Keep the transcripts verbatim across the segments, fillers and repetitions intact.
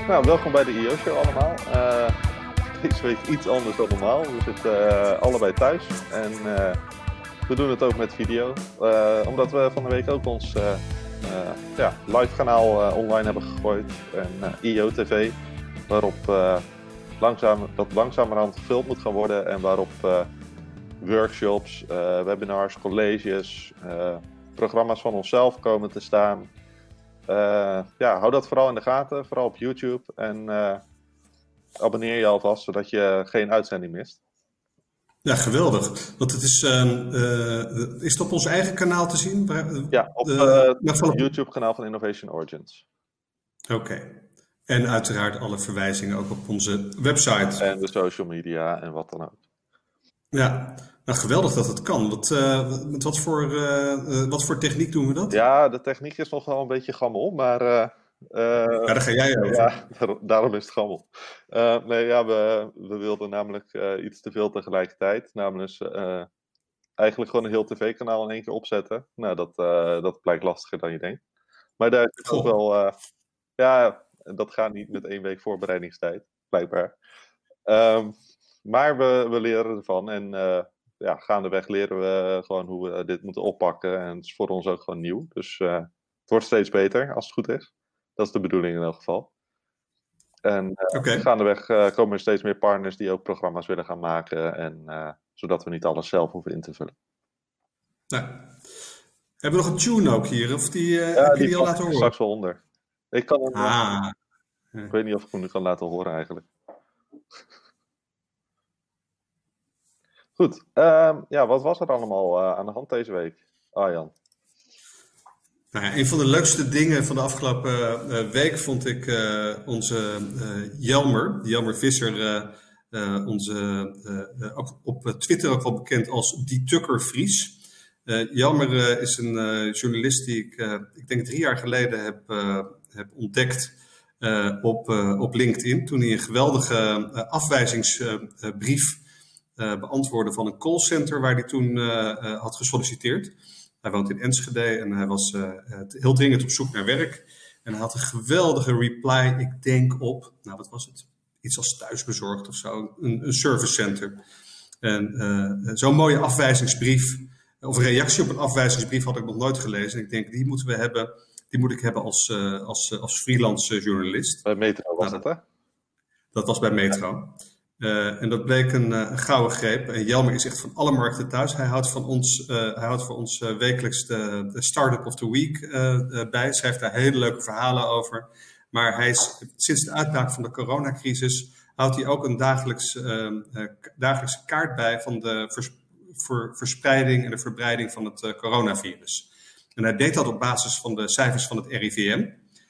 Nou, welkom bij de I O-show allemaal. Uh, deze week iets anders dan normaal. We zitten uh, allebei thuis en uh, we doen het ook met video. Uh, omdat we van de week ook ons uh, uh, ja, live kanaal uh, online hebben gegooid. En uh, I O T V, waarop uh, langzaam, dat langzamerhand gefilmd moet gaan worden. En waarop uh, workshops, uh, webinars, colleges, uh, programma's van onszelf komen te staan. Uh, ja, hou dat vooral in de gaten, vooral op YouTube. En uh, abonneer je alvast, zodat je geen uitzending mist. Ja, geweldig. Want het is, uh, uh, is het op ons eigen kanaal te zien? Waar, ja, op uh, het uh, YouTube-kanaal van Innovation Origins. Oké. Okay. En uiteraard alle verwijzingen ook op onze website. En de social media en wat dan ook. Ja, nou geweldig dat het kan. Wat, uh, met wat voor, uh, uh, wat voor techniek doen we dat? Ja, de techniek is nog wel een beetje gammel, maar... Uh, uh, ja, daar ga jij over. Ja, daar, daarom is het gammel. Uh, nee, ja, we, we wilden namelijk uh, iets te veel tegelijkertijd. Namelijk uh, eigenlijk gewoon een heel tv-kanaal in één keer opzetten. Nou, dat, uh, dat blijkt lastiger dan je denkt. Maar daar is ook wel... Uh, ja, dat gaat niet met één week voorbereidingstijd, blijkbaar. Um, maar we, we leren ervan en... Uh, Ja, gaandeweg leren we gewoon hoe we dit moeten oppakken. En het is voor ons ook gewoon nieuw. Dus uh, het wordt steeds beter, als het goed is. Dat is de bedoeling in elk geval. En uh, okay. gaandeweg uh, komen er steeds meer partners die ook programma's willen gaan maken. En, uh, zodat we niet alles zelf hoeven in te vullen. Nou, hebben we nog een tune ook hier? Of die, uh, ja, heb je die, die al laten horen? Straks wel onder. Ik, kan hem, ah. uh, ik weet niet of ik hem nu kan laten horen eigenlijk. Goed, uh, ja, wat was er allemaal uh, aan de hand deze week, Arjan? Nou ja, een van de leukste dingen van de afgelopen uh, week vond ik uh, onze uh, Jelmer, Jelmer Visser, uh, uh, onze, uh, uh, ook op Twitter ook wel bekend als Die Tukker Vries. Uh, Jelmer uh, is een uh, journalist die ik, uh, ik denk drie jaar geleden heb, uh, heb ontdekt uh, op, uh, op LinkedIn. Toen hij een geweldige uh, afwijzingsbrief Uh, beantwoorden van een callcenter waar hij toen uh, uh, had gesolliciteerd. Hij woont in Enschede en hij was uh, heel dringend op zoek naar werk. En hij had een geweldige reply, ik denk op, nou wat was het? Iets als thuisbezorgd of zo, een, een servicecenter. En uh, zo'n mooie afwijzingsbrief, of een reactie op een afwijzingsbrief had ik nog nooit gelezen. En ik denk, die moeten we hebben, die moet ik hebben als, uh, als, als freelance journalist. Bij Metro was nou, dat, hè? Dat was bij Metro. Ja. Uh, en dat bleek een, uh, een gouden greep. En Jelmer is echt van alle markten thuis. Hij houdt, van ons, uh, hij houdt voor ons uh, wekelijks de, de Startup of the Week uh, uh, bij. Hij heeft daar hele leuke verhalen over. Maar hij is, sinds de uitbraak van de coronacrisis houdt hij ook een dagelijks, uh, uh, dagelijkse kaart bij van de vers, ver, verspreiding en de verbreiding van het uh, coronavirus. En hij deed dat op basis van de cijfers van het R I V M.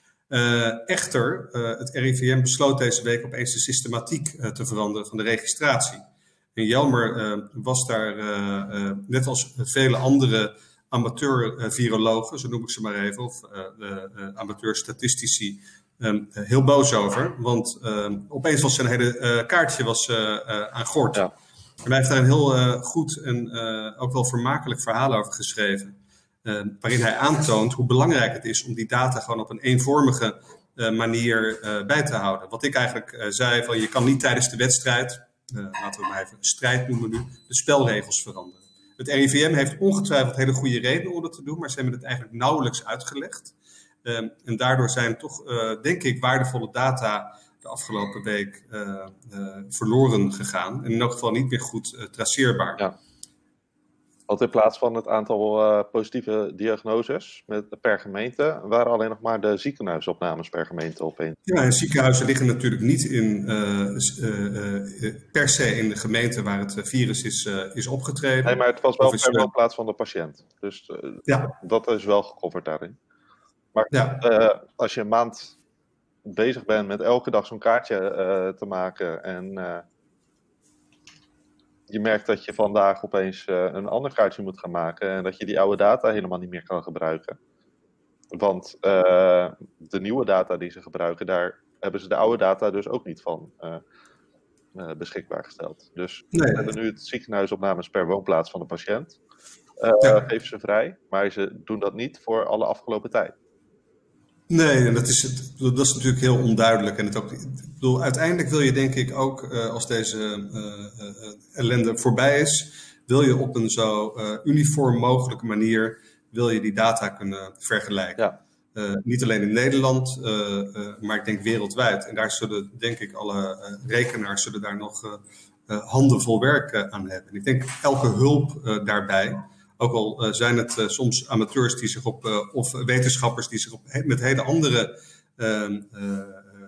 Uh, echter, uh, het R I V M besloot deze week opeens de systematiek uh, te veranderen van de registratie. En Jelmer uh, was daar, uh, uh, net als vele andere amateur-virologen, zo noem ik ze maar even, of uh, uh, amateur-statistici, um, uh, heel boos over. Want uh, opeens was zijn hele uh, kaartje was, uh, uh, aan gort. Ja. En hij heeft daar een heel uh, goed en uh, ook wel vermakelijk verhaal over geschreven. Uh, waarin hij aantoont hoe belangrijk het is om die data gewoon op een eenvormige uh, manier uh, bij te houden. Wat ik eigenlijk uh, zei, van je kan niet tijdens de wedstrijd, uh, laten we maar even een strijd noemen nu, de spelregels veranderen. Het R I V M heeft ongetwijfeld hele goede redenen om dat te doen, maar ze hebben het eigenlijk nauwelijks uitgelegd. Uh, en daardoor zijn toch, uh, denk ik, waardevolle data de afgelopen week uh, uh, verloren gegaan. En in elk geval niet meer goed uh, traceerbaar. Ja. Want in plaats van het aantal uh, positieve diagnoses met, per gemeente, waren alleen nog maar de ziekenhuisopnames per gemeente opeens. Ja, en ziekenhuizen liggen natuurlijk niet in, uh, uh, uh, per se in de gemeente waar het virus is, uh, is opgetreden. Nee, maar het was wel per woonplaats van de patiënt. Dus uh, ja. dat is wel gecoverd daarin. Maar ja. uh, als je een maand bezig bent met elke dag zo'n kaartje uh, te maken en... Uh, je merkt dat je vandaag opeens uh, een ander kaartje moet gaan maken en dat je die oude data helemaal niet meer kan gebruiken. Want uh, de nieuwe data die ze gebruiken, daar hebben ze de oude data dus ook niet van uh, uh, beschikbaar gesteld. Dus nee. We hebben nu het ziekenhuisopnames per woonplaats van de patiënt. Uh, ja. Geven ze vrij, maar ze doen dat niet voor alle afgelopen tijd. Nee, en dat is, het, dat is natuurlijk heel onduidelijk. En het ook, ik bedoel, uiteindelijk wil je denk ik ook, uh, als deze uh, uh, ellende voorbij is, wil je op een zo uh, uniform mogelijke manier, wil je die data kunnen vergelijken. Ja. Uh, niet alleen in Nederland, uh, uh, maar ik denk wereldwijd. En daar zullen, denk ik, alle uh, rekenaars zullen daar nog uh, uh, handenvol werk uh, aan hebben. En ik denk elke hulp uh, daarbij, ook al uh, zijn het uh, soms amateurs die zich op, uh, of wetenschappers die zich op, met hele andere uh, uh,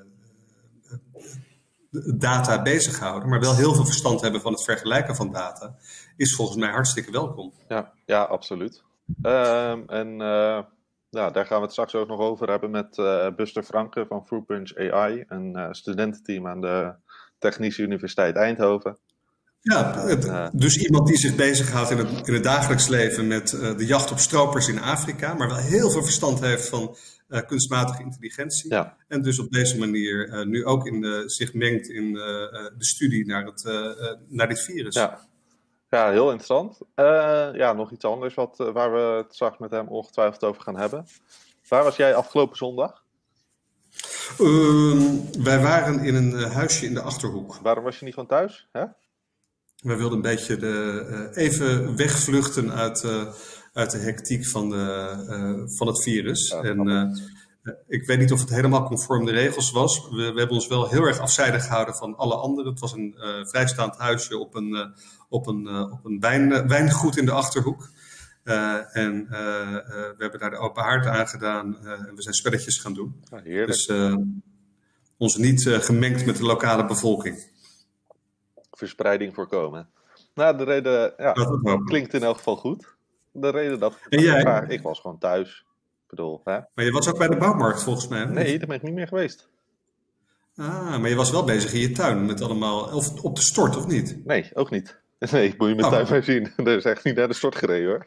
data bezighouden, maar wel heel veel verstand hebben van het vergelijken van data, is volgens mij hartstikke welkom. Ja, ja, absoluut. Um, en uh, ja, daar gaan we het straks ook nog over hebben met uh, Buster Franke van Fruitpunch A I, een uh, studententeam aan de Technische Universiteit Eindhoven. Ja, uh, dus iemand die zich bezighoudt in het, in het dagelijks leven met uh, de jacht op stropers in Afrika, maar wel heel veel verstand heeft van uh, kunstmatige intelligentie. Ja. En dus op deze manier uh, nu ook in de, zich mengt in uh, de studie naar, het, uh, uh, naar dit virus. Ja. Ja, heel interessant. Uh, ja, nog iets anders wat, uh, waar we het straks met hem ongetwijfeld over gaan hebben. Waar was jij afgelopen zondag? Uh, wij waren in een uh, huisje in de Achterhoek. Waarom was je niet gewoon thuis? Hè? Wij wilden een beetje de, uh, even wegvluchten uit, uh, uit de hectiek van, de, uh, van het virus. Ja, en uh, ik weet niet of het helemaal conform de regels was. We, we hebben ons wel heel erg afzijdig gehouden van alle anderen. Het was een uh, vrijstaand huisje op een, uh, op een, uh, op een wijn, uh, wijngoed in de Achterhoek. Uh, en uh, uh, we hebben daar de open haard aangedaan uh, en we zijn spelletjes gaan doen. Ja, heerlijk. Dus uh, ons niet uh, gemengd met de lokale bevolking. Verspreiding voorkomen. Nou, de reden ja, klinkt in elk geval goed. De reden dat ik en jij? Vraag, ik was gewoon thuis. Ik bedoel, hè? Maar je was ook bij de bouwmarkt volgens mij? Hè? Nee, daar ben ik niet meer geweest. Ah, maar je was wel bezig in je tuin met allemaal, of op de stort of niet? Nee, ook niet. Nee, moet je mijn oh. tuin maar zien. Er is echt niet naar de stort gereden hoor.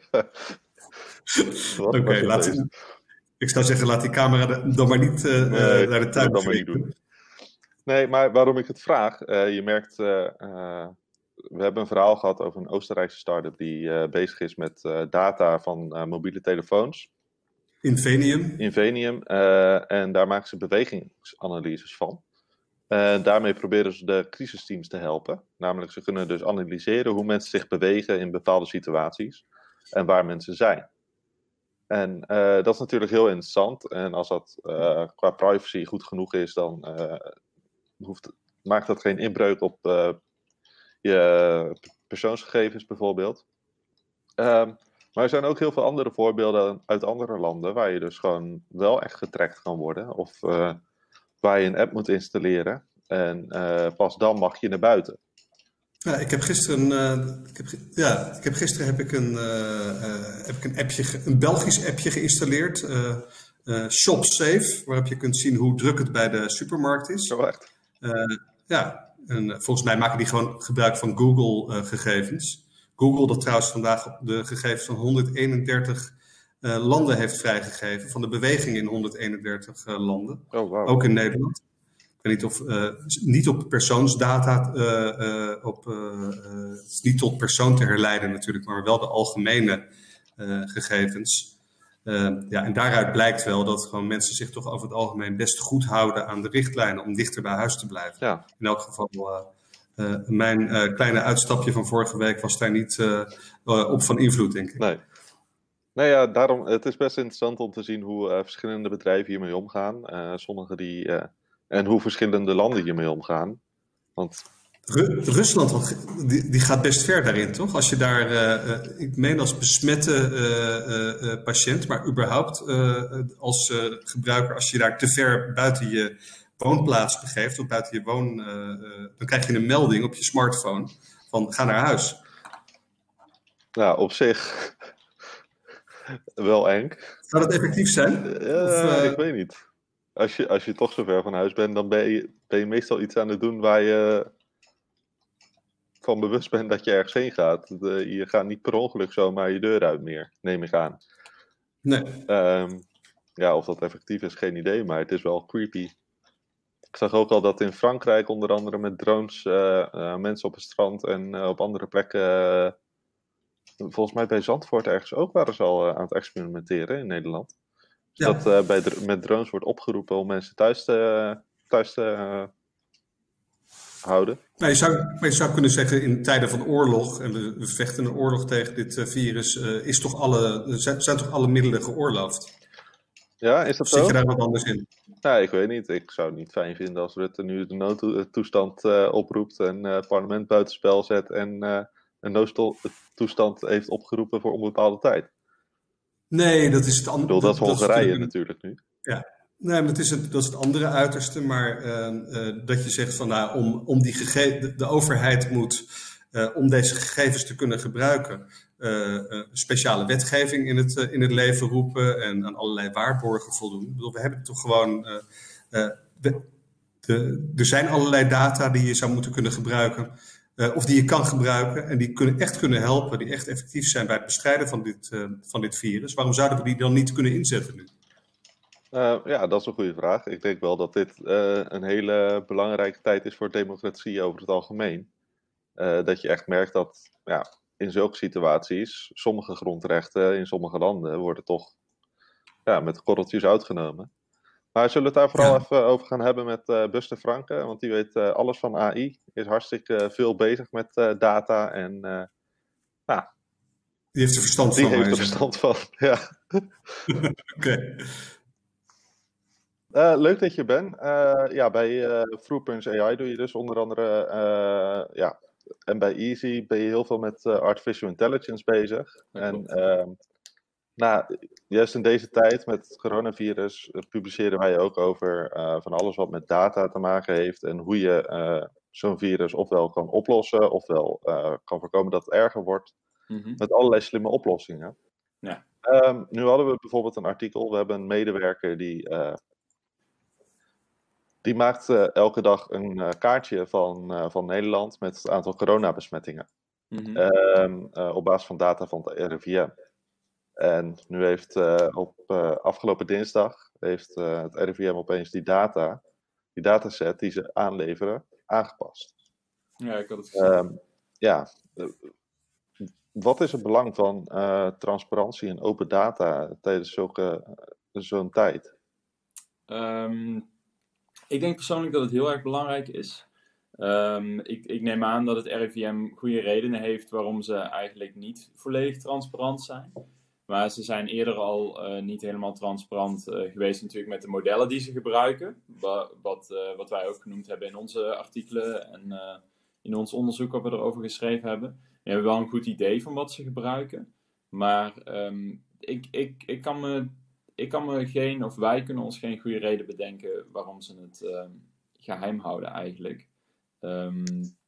Oké, okay, laat. Ik zou zeggen, laat die camera de, dan maar niet uh, nee, naar de tuin dan maar niet doen. Nee, maar waarom ik het vraag, uh, je merkt, uh, uh, we hebben een verhaal gehad over een Oostenrijkse start-up die uh, bezig is met uh, data van uh, mobiele telefoons. Invenium. Invenium, uh, en daar maken ze bewegingsanalyses van. En daarmee proberen ze de crisisteams te helpen. Namelijk, ze kunnen dus analyseren hoe mensen zich bewegen in bepaalde situaties en waar mensen zijn. En uh, dat is natuurlijk heel interessant. En als dat uh, qua privacy goed genoeg is, dan uh, hoeft, maakt dat geen inbreuk op uh, je persoonsgegevens bijvoorbeeld. Um, maar er zijn ook heel veel andere voorbeelden uit andere landen waar je dus gewoon wel echt getrackt kan worden. Of uh, waar je een app moet installeren. En uh, pas dan mag je naar buiten. Ja, ik heb gisteren, uh, ik heb, ja, ik heb gisteren heb ik een, uh, uh, heb ik een appje, een Belgisch appje geïnstalleerd. Uh, uh, Shop Safe, waarop je kunt zien hoe druk het bij de supermarkt is. Zo echt? Uh, ja, en volgens mij maken die gewoon gebruik van Google uh, gegevens. Google dat trouwens vandaag de gegevens van honderdeenendertig uh, landen heeft vrijgegeven. Van de beweging in honderdeenendertig uh, landen. Oh, wow. Ook in Nederland. Ik weet niet of, uh, niet op persoonsdata, uh, uh, op, uh, uh, het is niet tot persoon te herleiden natuurlijk, maar wel de algemene uh, gegevens. Uh, ja, en daaruit blijkt wel dat gewoon mensen zich toch over het algemeen best goed houden aan de richtlijnen om dichter bij huis te blijven. Ja. In elk geval, uh, uh, mijn uh, kleine uitstapje van vorige week was daar niet uh, uh, op van invloed, denk ik. Nee. Nou ja, daarom, het is best interessant om te zien hoe uh, verschillende bedrijven hiermee omgaan. Uh, sommige die... Uh, En hoe verschillende landen hiermee omgaan. Want... Ru- Rusland die, die gaat best ver daarin, toch? Als je daar, uh, uh, ik meen als besmette uh, uh, uh, patiënt, maar überhaupt uh, als uh, gebruiker, als je daar te ver buiten je woonplaats begeeft, of buiten je woon, uh, uh, dan krijg je een melding op je smartphone van ga naar huis. Nou, op zich wel eng. Zou dat effectief zijn? Uh, of, uh... Ik weet niet. Als je, als je toch zo ver van huis bent, dan ben je, ben je meestal iets aan het doen waar je van bewust bent dat je ergens heen gaat. De, je gaat niet per ongeluk zomaar je deur uit meer, neem ik aan. Nee. Um, ja, of dat effectief is, geen idee, maar het is wel creepy. Ik zag ook al dat in Frankrijk onder andere met drones uh, uh, mensen op het strand en uh, op andere plekken, uh, volgens mij bij Zandvoort ergens ook, waren ze al uh, aan het experimenteren in Nederland. dat Ja. uh, bij dr- met drones wordt opgeroepen om mensen thuis te, thuis te uh, houden. Nou, je, zou, maar je zou kunnen zeggen, in tijden van oorlog, en we, we vechten een oorlog tegen dit uh, virus, uh, is toch alle, zijn, zijn toch alle middelen geoorloofd? Ja, is dat of zo? zit je daar wat anders in? Nou, ik weet niet. Ik zou het niet fijn vinden als Rutte nu de noodtoestand uh, oproept en uh, het parlement buitenspel zet en uh, een noodtoestand heeft opgeroepen voor onbepaalde tijd. Nee, dat is het andere. Ik bedoel, dat is Hongarije een... natuurlijk nu. Ja, nee, maar dat is het, dat is het andere uiterste. Maar uh, uh, dat je zegt van nou, om, om die gege- de, de overheid moet, uh, om deze gegevens te kunnen gebruiken, uh, uh, speciale wetgeving in het, uh, in het leven roepen en aan allerlei waarborgen voldoen. Ik bedoel, we hebben toch gewoon. Uh, uh, de, de, er zijn allerlei data die je zou moeten kunnen gebruiken. Uh, of die je kan gebruiken en die kunnen echt kunnen helpen, die echt effectief zijn bij het bestrijden van dit, uh, van dit virus. Waarom zouden we die dan niet kunnen inzetten nu? Uh, ja, dat is een goede vraag. Ik denk wel dat dit uh, een hele belangrijke tijd is voor democratie over het algemeen. Uh, dat je echt merkt dat ja, in zulke situaties sommige grondrechten in sommige landen worden toch ja, met korreltjes uitgenomen. Maar zullen we het daar vooral ja. even over gaan hebben met uh, Buster Franke? Want die weet uh, alles van A I. Is hartstikke uh, veel bezig met uh, data. En uh, nou, die heeft er verstand die van. Die heeft er verstand van, ja. Oké. Okay. Uh, leuk dat je bent. Uh, ja, bij uh, Fruit.ai doe je dus onder andere... Uh, ja, en bij Easy ben je heel veel met uh, artificial intelligence bezig. Ja, en uh, nou, juist in deze tijd met het coronavirus uh, publiceren wij ook over uh, van alles wat met data te maken heeft. En hoe je uh, zo'n virus ofwel kan oplossen, ofwel uh, kan voorkomen dat het erger wordt. Mm-hmm. Met allerlei slimme oplossingen. Ja. Um, nu hadden we bijvoorbeeld een artikel. We hebben een medewerker die... Uh, Die maakt uh, elke dag een uh, kaartje van, uh, van Nederland met het aantal coronabesmettingen. Mm-hmm. Um, uh, op basis van data van het R I V M. En nu heeft uh, op uh, afgelopen dinsdag heeft uh, het R I V M opeens die data, die dataset die ze aanleveren, aangepast. Ja, ik had het gezien. Um, ja, uh, wat is het belang van uh, transparantie en open data tijdens zulke, uh, zo'n tijd? Um... Ik denk persoonlijk dat het heel erg belangrijk is. Um, ik, ik neem aan dat het R I V M goede redenen heeft waarom ze eigenlijk niet volledig transparant zijn. Maar ze zijn eerder al uh, niet helemaal transparant uh, geweest natuurlijk met de modellen die ze gebruiken. Wat, wat, uh, wat wij ook genoemd hebben in onze artikelen en uh, in ons onderzoek wat we erover geschreven hebben. We hebben wel een goed idee van wat ze gebruiken. Maar um, ik, ik, ik kan me... Ik kan me geen, of wij kunnen ons geen goede reden bedenken waarom ze het uh, geheim houden eigenlijk. Um,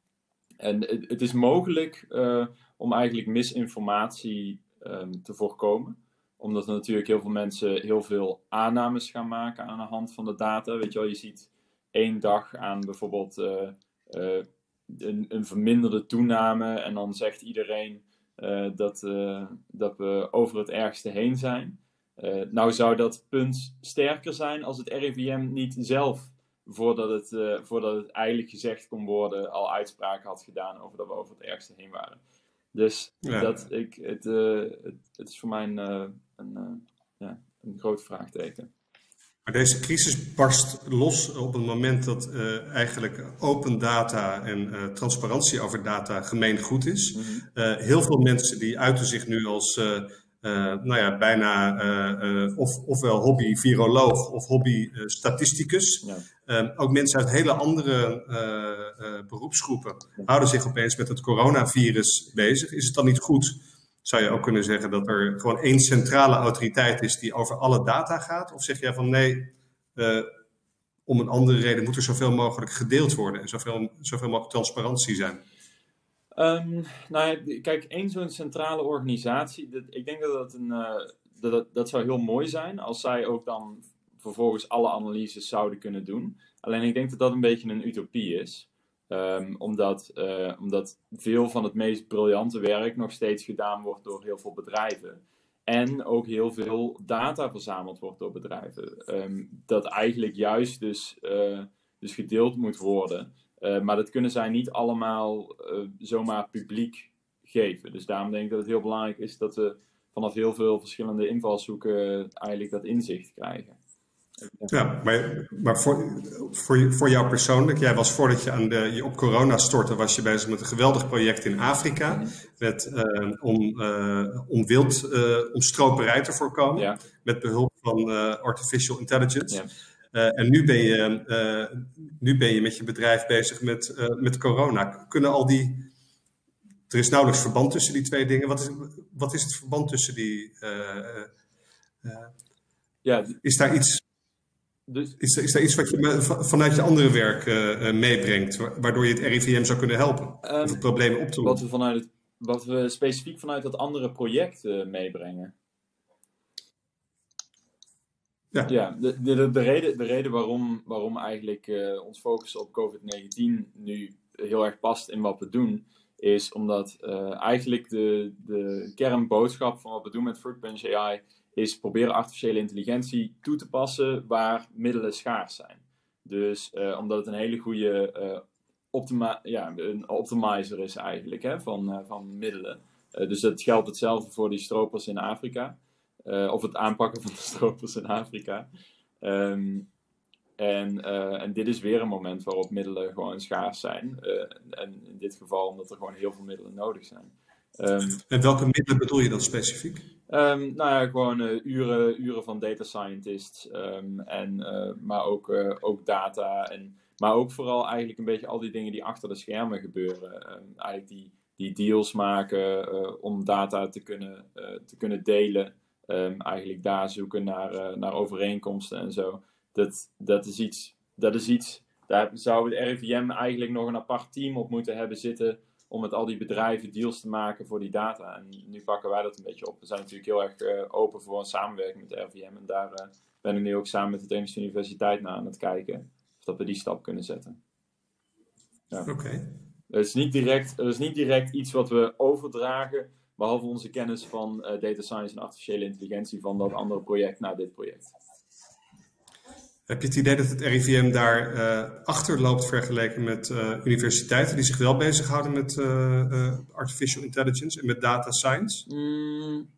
en het, het is mogelijk uh, om eigenlijk misinformatie um, te voorkomen. Omdat er natuurlijk heel veel mensen heel veel aannames gaan maken aan de hand van de data. Weet je wel, je ziet één dag aan bijvoorbeeld uh, uh, een, een verminderde toename. En dan zegt iedereen uh, dat, uh, dat we over het ergste heen zijn. Uh, nou zou dat punt sterker zijn als het R I V M niet zelf, voordat het, uh, voordat het eigenlijk gezegd kon worden, al uitspraken had gedaan over dat we over het ergste heen waren. Dus ja. dat, ik, het, uh, het, het is voor mij een, uh, een, uh, ja, een groot vraagteken. Maar deze crisis barst los op het moment dat uh, eigenlijk open data en uh, transparantie over data gemeen goed is. Mm-hmm. Uh, heel veel mensen die uiten zich nu als... Uh, Uh, nou ja, bijna uh, uh, of, ofwel hobby-viroloog of hobby-statisticus. Uh, ja. uh, ook mensen uit hele andere uh, uh, beroepsgroepen houden zich opeens met het coronavirus bezig. Is het dan niet goed, zou je ook kunnen zeggen, dat er gewoon één centrale autoriteit is die over alle data gaat? Of zeg jij van nee, uh, om een andere reden moet er zoveel mogelijk gedeeld worden en zoveel, zoveel mogelijk transparantie zijn? Um, nou ja, kijk, één zo'n centrale organisatie, dat, ik denk dat dat, een, uh, dat, dat dat zou heel mooi zijn als zij ook dan vervolgens alle analyses zouden kunnen doen. Alleen ik denk dat dat een beetje een utopie is, um, omdat, uh, omdat veel van het meest briljante werk nog steeds gedaan wordt door heel veel bedrijven. En ook heel veel data verzameld wordt door bedrijven, um, dat eigenlijk juist dus, uh, dus gedeeld moet worden. Uh, maar dat kunnen zij niet allemaal uh, zomaar publiek geven. Dus daarom denk ik dat het heel belangrijk is dat we vanaf heel veel verschillende invalshoeken eigenlijk dat inzicht krijgen. Ja, maar, maar voor, voor, voor jou persoonlijk, jij was voordat je, aan de, je op corona stortte, was je bezig met een geweldig project in Afrika, mm-hmm. met, uh, om, uh, om wild, uh, om stroperij te voorkomen, ja. met behulp van uh, artificial intelligence. Ja. Uh, en nu ben, je, uh, nu ben je met je bedrijf bezig met, uh, met corona. Kunnen al die... Er is nauwelijks verband tussen die twee dingen. Wat is, wat is het verband tussen die... Uh, uh, ja, is daar iets... Dus, is, er, is er iets wat je vanuit je andere werk uh, meebrengt, waardoor je het R I V M zou kunnen helpen? Um, of het probleem op te lossen? Wat we, vanuit het, wat we specifiek vanuit dat andere project uh, meebrengen. Ja, ja de, de, de, reden, de reden waarom, waarom eigenlijk uh, ons focus op covid negentien nu heel erg past in wat we doen, is omdat uh, eigenlijk de, de kernboodschap van wat we doen met Fruitpunch A I is proberen artificiële intelligentie toe te passen waar middelen schaars zijn. Dus uh, omdat het een hele goede uh, optima- ja, een optimizer is eigenlijk hè, van, uh, van middelen. Uh, dus dat geldt hetzelfde voor die stropers in Afrika. Uh, of het aanpakken van de stropers in Afrika. Um, en, uh, en dit is weer een moment waarop middelen gewoon schaars zijn. Uh, en in dit geval omdat er gewoon heel veel middelen nodig zijn. Um, en welke middelen bedoel je dan specifiek? Um, nou ja, gewoon uh, uren, uren van data scientists, um, en, uh, maar ook, uh, ook data. En, maar ook vooral eigenlijk een beetje al die dingen die achter de schermen gebeuren. Um, eigenlijk die, die deals maken uh, om data te kunnen, uh, te kunnen delen. Um, eigenlijk daar zoeken naar, uh, naar overeenkomsten en zo. Dat, dat is iets, dat is iets, daar zou het R I V M eigenlijk nog een apart team op moeten hebben zitten om met al die bedrijven deals te maken voor die data. En nu pakken wij dat een beetje op. We zijn natuurlijk heel erg uh, open voor een samenwerking met de R I V M. En daar uh, ben ik nu ook samen met de Technische Universiteit naar aan het kijken of dat we die stap kunnen zetten. Ja. Oké. Okay. Het is niet direct, het is niet direct iets wat we overdragen, behalve onze kennis van uh, data science en artificiële intelligentie van dat andere project naar dit project. Heb je het idee dat het R I V M daar uh, achterloopt vergeleken met uh, universiteiten die zich wel bezighouden met uh, uh, artificial intelligence en met data science? Mm,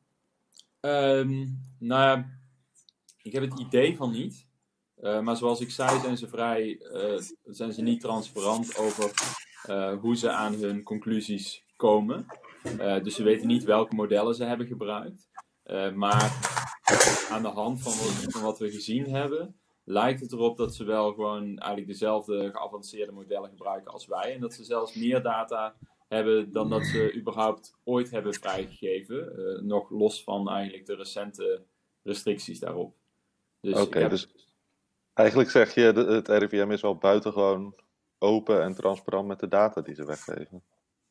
um, nou ja, ik heb het idee van niet. Uh, maar zoals ik zei, zijn ze vrij, uh, zijn ze niet transparant over uh, hoe ze aan hun conclusies komen. Uh, dus ze weten niet welke modellen ze hebben gebruikt. Uh, maar aan de hand van wat, van wat we gezien hebben, lijkt het erop dat ze wel gewoon eigenlijk dezelfde geavanceerde modellen gebruiken als wij. En dat ze zelfs meer data hebben dan dat ze überhaupt ooit hebben vrijgegeven. Uh, nog los van eigenlijk de recente restricties daarop. Dus Oké, okay, heb... dus eigenlijk zeg je, het R I V M is wel buitengewoon open en transparant met de data die ze weggeven.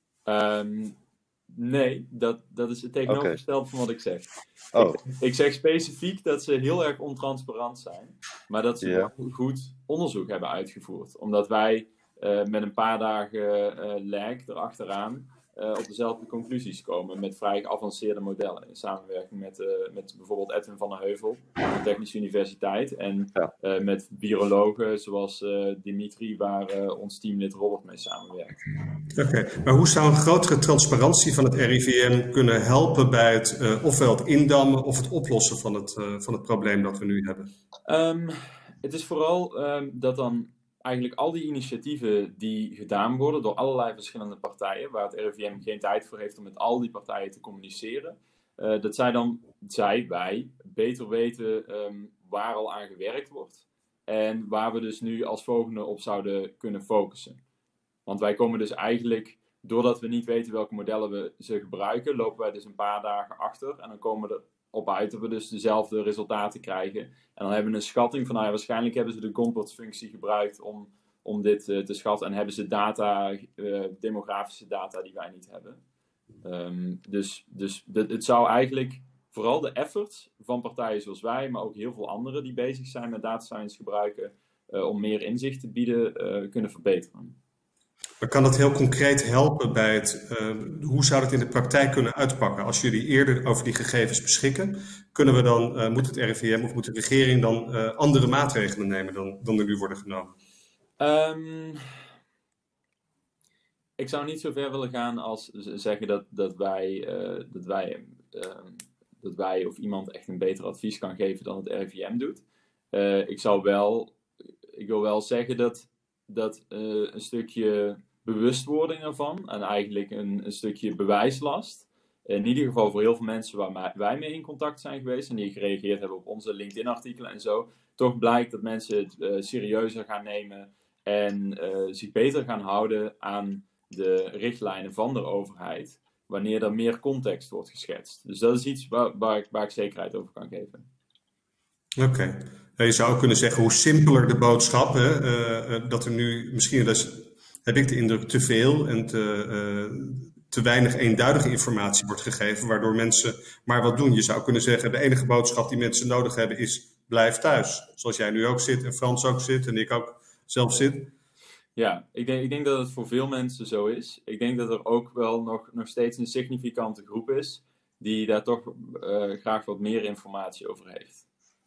Um, nee, dat, dat is het tegenovergestelde okay. van wat ik zeg. Oh. Ik, ik zeg specifiek dat ze heel erg ontransparant zijn, maar dat ze yeah. goed onderzoek hebben uitgevoerd. Omdat wij uh, met een paar dagen uh, lag erachteraan uh, op dezelfde conclusies komen met vrij geavanceerde modellen. In samenwerking met, uh, met bijvoorbeeld Edwin van der Heuvel van de Technische Universiteit en ja. uh, met virologen zoals uh, Dimitri, waar uh, ons teamlid Robert mee samenwerkt. Oké, okay. Maar hoe zou een grotere transparantie van het R I V M kunnen helpen bij het uh, ofwel het indammen of het oplossen van het, uh, van het probleem dat we nu hebben? Um, het is vooral um, dat dan eigenlijk al die initiatieven die gedaan worden door allerlei verschillende partijen, waar het R I V M geen tijd voor heeft om met al die partijen te communiceren, uh, dat zij dan, zij, wij, beter weten um, waar al aan gewerkt wordt en waar we dus nu als volgende op zouden kunnen focussen. Want wij komen dus eigenlijk, doordat we niet weten welke modellen we ze gebruiken, lopen wij dus een paar dagen achter en dan komen we er op uit dat we dus dezelfde resultaten krijgen. En dan hebben we een schatting van, nou ja, waarschijnlijk hebben ze de Gompert-functie gebruikt om, om dit uh, te schatten. En hebben ze data, uh, demografische data die wij niet hebben. Um, dus dus de, het zou eigenlijk vooral de efforts van partijen zoals wij, maar ook heel veel anderen die bezig zijn met data science gebruiken, uh, om meer inzicht te bieden, uh, kunnen verbeteren. Maar kan dat heel concreet helpen bij het, uh, hoe zou dat in de praktijk kunnen uitpakken? Als jullie eerder over die gegevens beschikken, kunnen we dan, uh, moet het R I V M of moet de regering dan uh, andere maatregelen nemen dan, dan er nu worden genomen? Um, ik zou niet zo ver willen gaan als zeggen dat, dat wij, uh, dat wij, uh, dat wij of iemand echt een beter advies kan geven dan het R I V M doet. Uh, ik zou wel, ik wil wel zeggen dat, dat uh, een stukje bewustwording ervan en eigenlijk een, een stukje bewijslast, in ieder geval voor heel veel mensen waar wij mee in contact zijn geweest en die gereageerd hebben op onze LinkedIn-artikelen en zo, toch blijkt dat mensen het uh, serieuzer gaan nemen en uh, zich beter gaan houden aan de richtlijnen van de overheid, wanneer er meer context wordt geschetst. Dus dat is iets waar, waar, ik, waar ik zekerheid over kan geven. Oké. Okay. Je zou kunnen zeggen, hoe simpeler de boodschap, hè, uh, dat er nu misschien, dus, heb ik de indruk, te veel en te, uh, te weinig eenduidige informatie wordt gegeven, waardoor mensen maar wat doen. Je zou kunnen zeggen, de enige boodschap die mensen nodig hebben is, blijf thuis. Zoals jij nu ook zit en Frans ook zit en ik ook zelf zit. Ja, ik denk, ik denk dat het voor veel mensen zo is. Ik denk dat er ook wel nog, nog steeds een significante groep is die daar toch uh, graag wat meer informatie over heeft.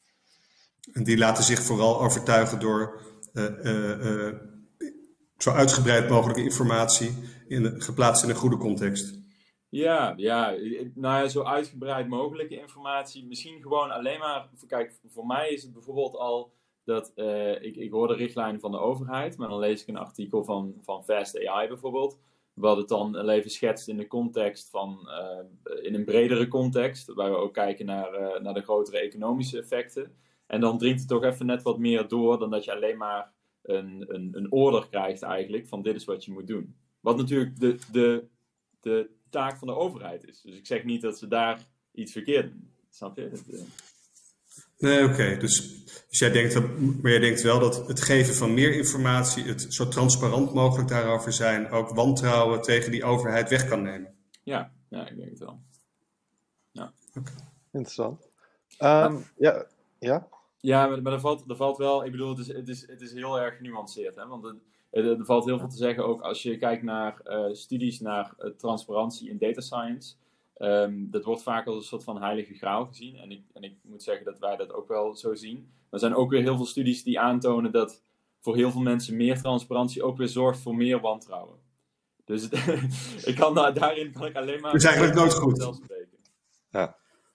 En die laten zich vooral overtuigen door uh, uh, uh, zo uitgebreid mogelijke informatie in, geplaatst in een goede context. Ja, ja, nou ja, zo uitgebreid mogelijke informatie. Misschien gewoon alleen maar, kijk, voor mij is het bijvoorbeeld al dat uh, ik, ik hoor de richtlijnen van de overheid, maar dan lees ik een artikel van, van Fast A I bijvoorbeeld, wat het dan even schetst in de context van, uh, in een bredere context, waar we ook kijken naar, uh, naar de grotere economische effecten. En dan dringt het toch even net wat meer door dan dat je alleen maar een, een, een order krijgt eigenlijk van dit is wat je moet doen. Wat natuurlijk de, de, de taak van de overheid is. Dus ik zeg niet dat ze daar iets verkeerd doen. Snap je? Het, uh... Nee, oké. Okay. Dus, dus jij denkt, dat, maar jij denkt wel dat het geven van meer informatie, het zo transparant mogelijk daarover zijn, ook wantrouwen tegen die overheid weg kan nemen. Ja, ja, ik denk het wel. Ja. Okay. Interessant. Um, ah. Ja, ja? Ja, maar, maar er, valt, er valt wel, ik bedoel, het is, het is, het is heel erg genuanceerd. Hè? Want het, er, er valt heel veel te zeggen, ook als je kijkt naar uh, studies naar uh, transparantie in data science. Um, dat wordt vaak als een soort van heilige graal gezien. En ik, en ik moet zeggen dat wij dat ook wel zo zien. Er zijn ook weer heel veel studies die aantonen dat voor heel veel mensen meer transparantie ook weer zorgt voor meer wantrouwen. Dus het, ik kan, daarin kan ik alleen maar... Dat is eigenlijk nooit goed. Spreken. Ja.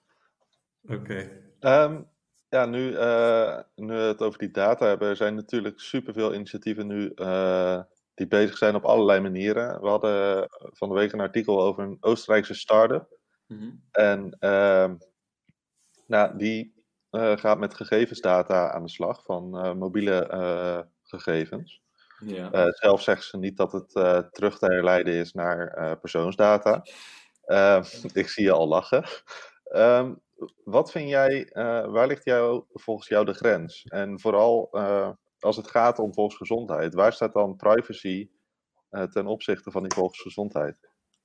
Oké. Okay. Um, ja, nu, uh, nu we het over die data hebben, er zijn natuurlijk superveel initiatieven nu uh, die bezig zijn op allerlei manieren. We hadden van de week een artikel over een Oostenrijkse start-up. Mm-hmm. En uh, nou, die uh, gaat met gegevensdata aan de slag van uh, mobiele uh, gegevens. Ja. Uh, zelf zegt ze niet dat het uh, terug te herleiden is naar uh, persoonsdata. Uh, ik zie je al lachen. Um, wat vind jij, uh, waar ligt jou, volgens jou de grens? En vooral uh, als het gaat om volksgezondheid, waar staat dan privacy uh, ten opzichte van die volksgezondheid?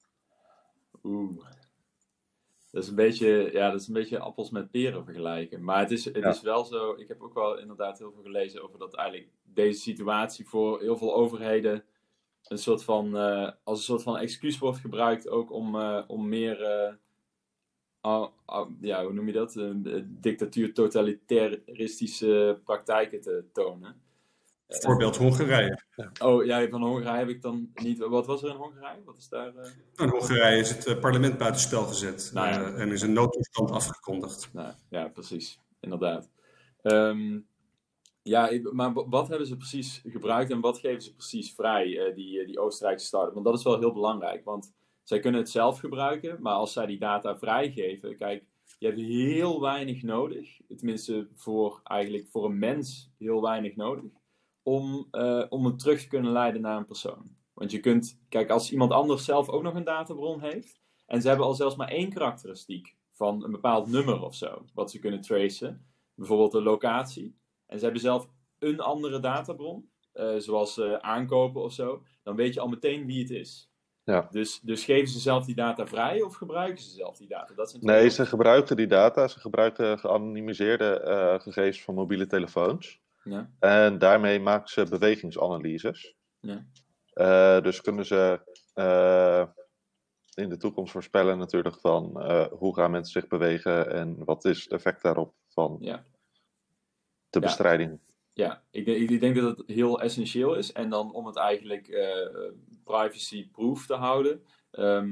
Oeh. Dat is een beetje, ja, dat is een beetje appels met peren vergelijken. Maar het is, het ja. is wel zo, ik heb ook wel inderdaad heel veel gelezen over dat eigenlijk deze situatie voor heel veel overheden een soort van, uh, als een soort van excuus wordt gebruikt ook om, uh, om meer, uh, uh, uh, ja, hoe noem je dat? Uh, dictatuur, totalitaristische praktijken te tonen. Voorbeeld Hongarije. Oh ja, van Hongarije heb ik dan niet. Wat was er in Hongarije? Wat is daar? Uh... In Hongarije is het uh, parlement buitenspel gezet nou, ja. uh, en is een noodtoestand afgekondigd. Nou, ja, precies. Inderdaad. Um, ja, maar wat hebben ze precies gebruikt en wat geven ze precies vrij, uh, die, die Oostenrijkse start-up? Want dat is wel heel belangrijk, want zij kunnen het zelf gebruiken, maar als zij die data vrijgeven, kijk, je hebt heel weinig nodig, tenminste voor, eigenlijk voor een mens heel weinig nodig, om, uh, om het terug te kunnen leiden naar een persoon. Want je kunt, kijk, als iemand anders zelf ook nog een databron heeft, en ze hebben al zelfs maar één karakteristiek van een bepaald nummer of zo, wat ze kunnen tracen, bijvoorbeeld de locatie, en ze hebben zelf een andere databron, uh, zoals uh, aankopen of zo, dan weet je al meteen wie het is. Ja. Dus, dus geven ze zelf die data vrij of gebruiken ze zelf die data? Dat zijn nee, ze gebruiken die data. Ze gebruiken geanonimiseerde uh, gegevens van mobiele telefoons. Ja. En daarmee maken ze bewegingsanalyses. Ja. Uh, dus kunnen ze uh, in de toekomst voorspellen natuurlijk van uh, hoe gaan mensen zich bewegen en wat is het effect daarop van ja. de ja. bestrijding. Ja, ik, ik denk dat het heel essentieel is. En dan om het eigenlijk uh, privacy-proof te houden. Um,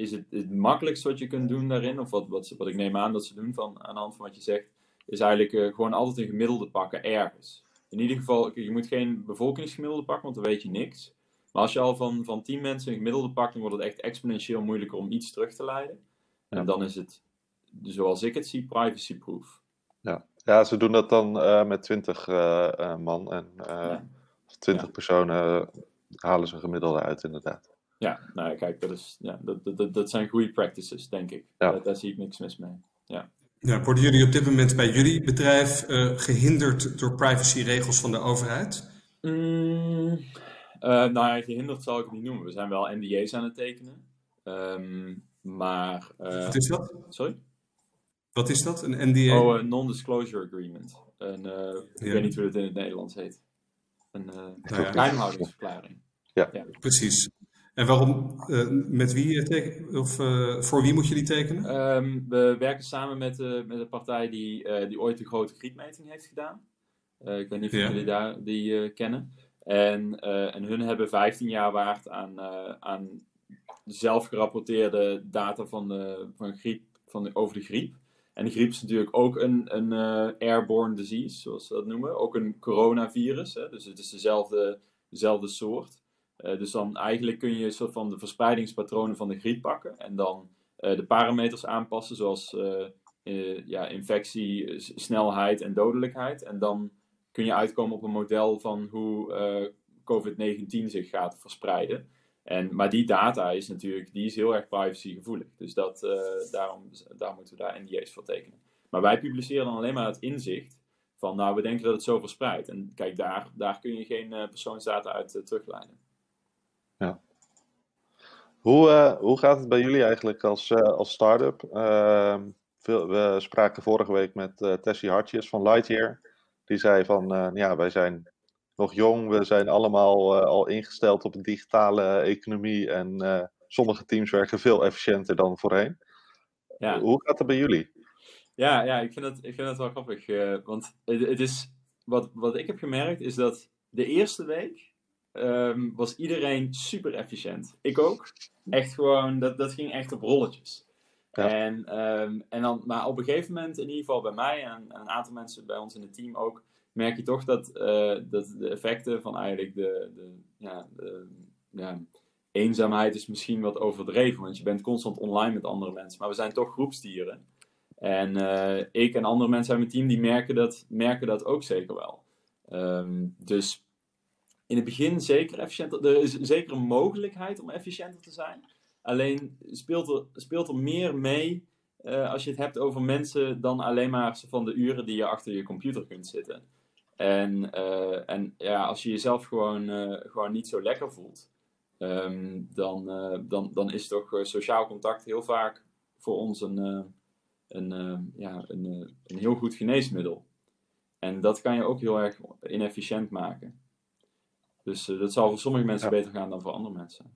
is het, het makkelijkste wat je kunt doen daarin, of wat, wat, wat ik neem aan dat ze doen van, aan de hand van wat je zegt, is eigenlijk uh, gewoon altijd een gemiddelde pakken ergens. In ieder geval, je moet geen bevolkingsgemiddelde pakken, want dan weet je niks. Maar als je al van, van tien mensen een gemiddelde pakt, dan wordt het echt exponentieel moeilijker om iets terug te leiden. En ja. dan is het, zoals ik het zie, privacy-proof. Ja. ja, ze doen dat dan uh, met twintig uh, uh, man en uh, ja. twintig ja. personen uh, halen ze gemiddelde uit, inderdaad. Ja, nou kijk, dat, is, ja, dat, dat, dat zijn goede practices, denk ik. Ja. Daar, daar zie ik niks mis mee. Ja. Ja, worden jullie op dit moment bij jullie bedrijf uh, gehinderd door privacyregels van de overheid? Mm, uh, nou ja, gehinderd zal ik het niet noemen. We zijn wel N D A's aan het tekenen. Um, maar... Uh, Wat is dat? Sorry? Wat is dat, een N D A? Oh, een non-disclosure agreement. Een, uh, ik ja. weet niet hoe het in het Nederlands heet. Een uh, nou ja. geheimhoudingsverklaring. Ja. ja, precies. En waarom, uh, met wie teken, of uh, voor wie moet je die tekenen? Um, we werken samen met, uh, met een partij die, uh, die ooit de grote griepmeting heeft gedaan. Uh, ik weet niet of ja. jullie daar, die uh, kennen. En, uh, en hun hebben vijftien jaar waard aan, uh, aan zelf gerapporteerde data van de, van griep, van de, over de griep. En de griep is natuurlijk ook een, een uh, airborne disease, zoals ze dat noemen. Ook een coronavirus, hè? Dus het is dezelfde, dezelfde soort. Uh, dus dan eigenlijk kun je een soort van de verspreidingspatronen van de griep pakken. En dan uh, de parameters aanpassen, zoals uh, uh, ja, infectie, snelheid en dodelijkheid. En dan kun je uitkomen op een model van hoe uh, covid negentien zich gaat verspreiden. En, maar die data is natuurlijk, die is heel erg privacygevoelig. Dus dat, uh, daarom daar moeten we daar N D A's voor tekenen. Maar wij publiceren dan alleen maar het inzicht van, nou, we denken dat het zo verspreidt. En kijk, daar, daar kun je geen uh, persoonsdata uit uh, terugleiden. Ja. Hoe, uh, hoe gaat het bij jullie eigenlijk als, uh, als start-up? Uh, veel, we spraken vorige week met uh, Tessie Hartjes van Lightyear. Die zei van, uh, ja, wij zijn nog jong, we zijn allemaal uh, al ingesteld op een digitale economie en uh, sommige teams werken veel efficiënter dan voorheen. Ja. Hoe gaat het bij jullie? Ja, ja ik, vind het, ik vind het wel grappig. Uh, want het, het is, wat, wat ik heb gemerkt is dat de eerste week um, was iedereen super efficiënt. Ik ook. Echt gewoon, dat, dat ging echt op rolletjes. Ja. En, um, en dan, maar op een gegeven moment, in ieder geval bij mij en, en een aantal mensen bij ons in het team ook, merk je toch dat, uh, dat de effecten van eigenlijk de, de, ja, de ja, eenzaamheid is misschien wat overdreven, want je bent constant online met andere mensen, maar we zijn toch groepsdieren. En uh, ik en andere mensen uit mijn team, die merken dat, merken dat ook zeker wel. Um, dus in het begin zeker efficiënter, er is zeker een mogelijkheid om efficiënter te zijn. Alleen speelt er, speelt er meer mee uh, als je het hebt over mensen dan alleen maar van de uren die je achter je computer kunt zitten. En, uh, en ja, als je jezelf gewoon, uh, gewoon niet zo lekker voelt, um, dan, uh, dan, dan is toch uh, sociaal contact heel vaak voor ons een, uh, een, uh, ja, een, uh, een heel goed geneesmiddel. En dat kan je ook heel erg inefficiënt maken. Dus uh, dat zal voor sommige mensen ja. beter gaan dan voor andere mensen.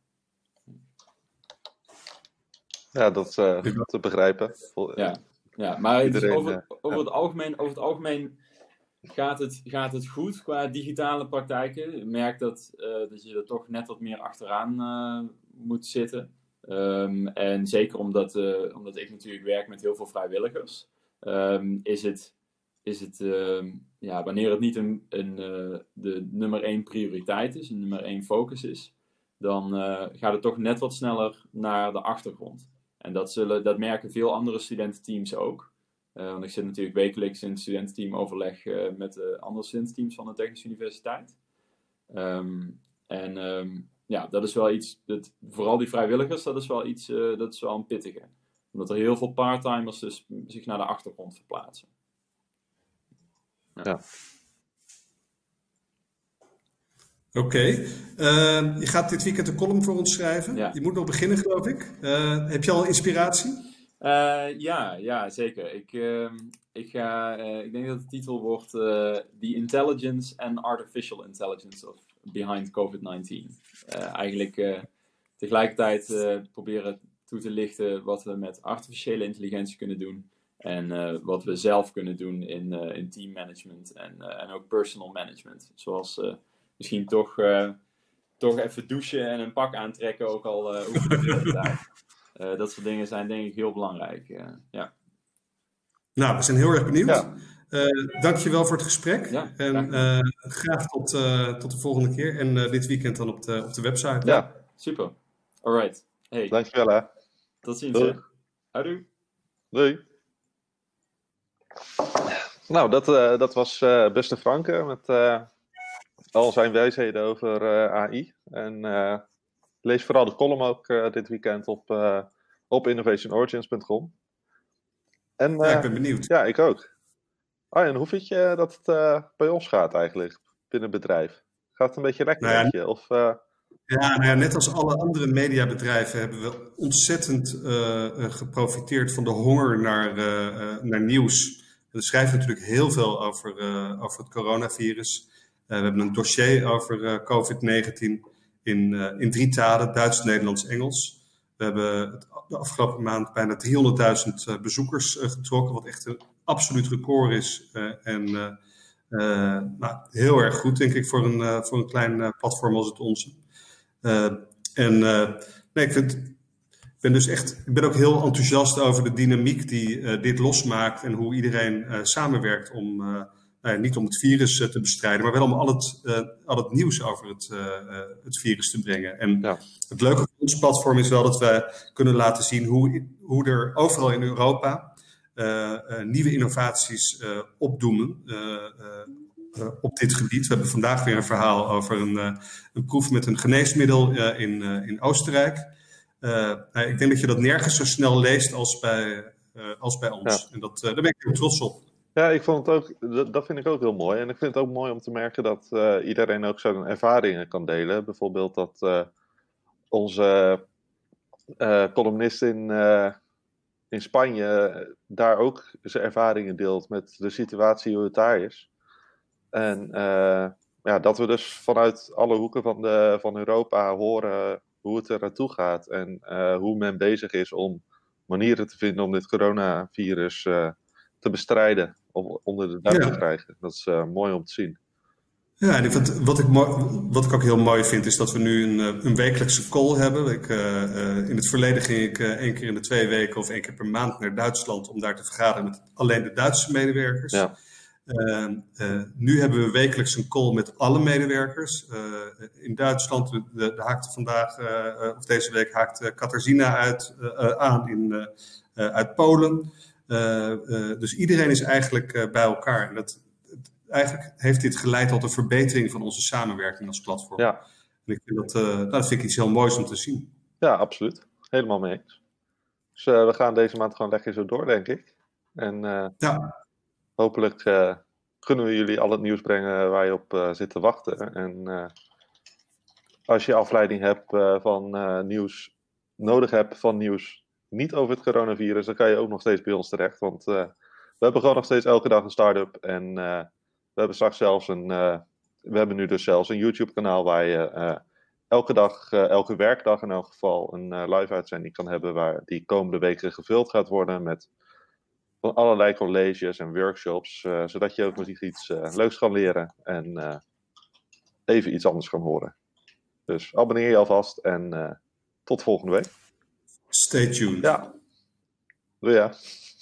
Ja, dat is uh, te begrijpen. Ja, ja maar Iedereen, het over, uh, over, ja. het algemeen, over het algemeen gaat het, gaat het goed qua digitale praktijken. Je merkt dat, uh, dat je er toch net wat meer achteraan uh, moet zitten. Um, en zeker omdat, uh, omdat ik natuurlijk werk met heel veel vrijwilligers, um, is het, is het uh, ja, wanneer het niet een, een, uh, de nummer één prioriteit is, een nummer één focus is, dan uh, gaat het toch net wat sneller naar de achtergrond. En dat, zullen, dat merken veel andere studententeams ook. Uh, want ik zit natuurlijk wekelijks in het studententeam overleg uh, met de andere studententeams van de Technische Universiteit. Um, en um, ja, dat is wel iets, dat, vooral die vrijwilligers, dat is wel iets, uh, dat is wel een pittige. Omdat er heel veel parttimers dus zich naar de achtergrond verplaatsen. Ja. ja. Oké, okay. uh, je gaat dit weekend een column voor ons schrijven. Ja. Je moet nog beginnen, geloof ik. Uh, heb je al inspiratie? Uh, ja, ja, zeker. Ik, uh, ik, ga, uh, ik denk dat de titel wordt uh, The Intelligence and Artificial Intelligence of Behind covid negentien. Uh, eigenlijk uh, tegelijkertijd uh, proberen toe te lichten wat we met artificiële intelligentie kunnen doen. En uh, wat we zelf kunnen doen in, uh, in teammanagement en, uh, en ook personal management. Zoals uh, misschien toch, uh, toch even douchen en een pak aantrekken, ook al uh, hoef je het vandaag. Uh, dat soort dingen zijn denk ik heel belangrijk. Uh, ja. Nou, we zijn heel erg benieuwd. Ja. Uh, dankjewel voor het gesprek. Ja, en uh, graag tot, uh, tot de volgende keer. En uh, dit weekend dan op de, op de website. Ja, super. Alright. Hey. Dankjewel hè. Tot ziens hè. Houdoe. Doei. Nou, dat, uh, dat was uh, Beste Franke met uh, al zijn wijsheden over uh, A I. En uh, lees vooral de column ook uh, dit weekend op, uh, op innovation origins punt com. En, uh, ja, ik ben benieuwd. Ja, ik ook. Arjen, hoe vind je dat het uh, bij ons gaat eigenlijk binnen het bedrijf? Gaat het een beetje lekker nou ja, met je? Of, uh... ja, nou ja, net als alle andere mediabedrijven hebben we ontzettend uh, geprofiteerd van de honger naar, uh, naar nieuws. We schrijven natuurlijk heel veel over, uh, over het coronavirus. Uh, we hebben een dossier over uh, covid negentien in, uh, in drie talen, Duits, Nederlands, Engels. We hebben het, de afgelopen maand bijna driehonderdduizend uh, bezoekers uh, getrokken, wat echt een absoluut record is. Uh, en uh, uh, nou, heel erg goed, denk ik, voor een, uh, voor een klein uh, platform als het onze. Uh, en uh, nee, ik vind... Ik ben dus echt, ik ben ook heel enthousiast over de dynamiek die uh, dit losmaakt en hoe iedereen uh, samenwerkt om, uh, nou ja, niet om het virus uh, te bestrijden, maar wel om al het, uh, al het nieuws over het, uh, uh, het virus te brengen. En ja. Het leuke van ons platform is wel dat we kunnen laten zien hoe, hoe er overal in Europa uh, uh, nieuwe innovaties uh, opdoemen uh, uh, uh, op dit gebied. We hebben vandaag weer een verhaal over een, uh, een proef met een geneesmiddel uh, in, uh, in Oostenrijk. Uh, ik denk dat je dat nergens zo snel leest als bij, uh, als bij ons. Ja. En dat, uh, daar ben ik heel trots op. Ja, ik vond het ook, dat, dat vind ik ook heel mooi. En ik vind het ook mooi om te merken dat uh, iedereen ook zijn ervaringen kan delen. Bijvoorbeeld dat uh, onze uh, columnist in, uh, in Spanje daar ook zijn ervaringen deelt met de situatie hoe het daar is. En uh, ja, dat we dus vanuit alle hoeken van, de, van Europa horen hoe het er naartoe gaat en uh, hoe men bezig is om manieren te vinden om dit coronavirus uh, te bestrijden, of onder de duim ja. te krijgen. Dat is uh, mooi om te zien. Ja, en ik vind, wat, ik mooi, wat ik ook heel mooi vind, is dat we nu een, een wekelijkse call hebben. Ik, uh, uh, in het verleden ging ik uh, één keer in de twee weken of één keer per maand naar Duitsland om daar te vergaderen met alleen de Duitse medewerkers. Ja. Uh, uh, nu hebben we wekelijks een call met alle medewerkers. Uh, in Duitsland, de, de haakte vandaag, uh, of deze week haakt Katarzyna uit, uh, uh, aan in, uh, uh, uit Polen. Uh, uh, dus iedereen is eigenlijk uh, bij elkaar. En dat, eigenlijk heeft dit geleid tot een verbetering van onze samenwerking als platform. Ja. En ik vind dat, uh, nou, dat vind ik iets heel moois om te zien. Ja, absoluut. Helemaal mee eens. Dus uh, we gaan deze maand gewoon lekker zo door, denk ik. En uh, ja. hopelijk uh, kunnen we jullie al het nieuws brengen waar je op uh, zit te wachten. En uh, als je afleiding hebt uh, van uh, nieuws, nodig hebt van nieuws niet over het coronavirus, dan kan je ook nog steeds bij ons terecht. Want uh, we hebben gewoon nog steeds elke dag een start-up. En uh, we hebben straks zelfs een, uh, we hebben nu dus zelfs een YouTube kanaal waar je uh, elke dag, uh, elke werkdag in elk geval, een uh, live uitzending kan hebben waar die komende weken gevuld gaat worden met van allerlei colleges en workshops, uh, zodat je ook nog iets uh, leuks kan leren en uh, even iets anders kan horen. Dus abonneer je alvast en uh, tot volgende week. Stay tuned. Ja. Doei ja.